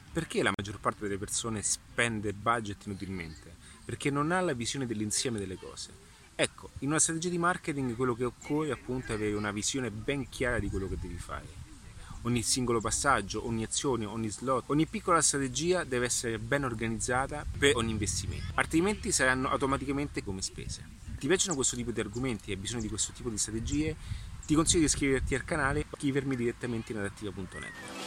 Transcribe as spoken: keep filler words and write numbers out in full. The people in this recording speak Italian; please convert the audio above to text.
Perché la maggior parte delle persone spende budget inutilmente? Perché non ha la visione dell'insieme delle cose. Ecco, in una strategia di marketing quello che occorre appunto è avere una visione ben chiara di quello che devi fare. Ogni singolo passaggio, ogni azione, ogni slot, ogni piccola strategia deve essere ben organizzata per ogni investimento, altrimenti saranno automaticamente come spese. Ti piacciono questo tipo di argomenti e hai bisogno di questo tipo di strategie? Ti consiglio di iscriverti al canale o iscrivermi direttamente in adattiva punto net.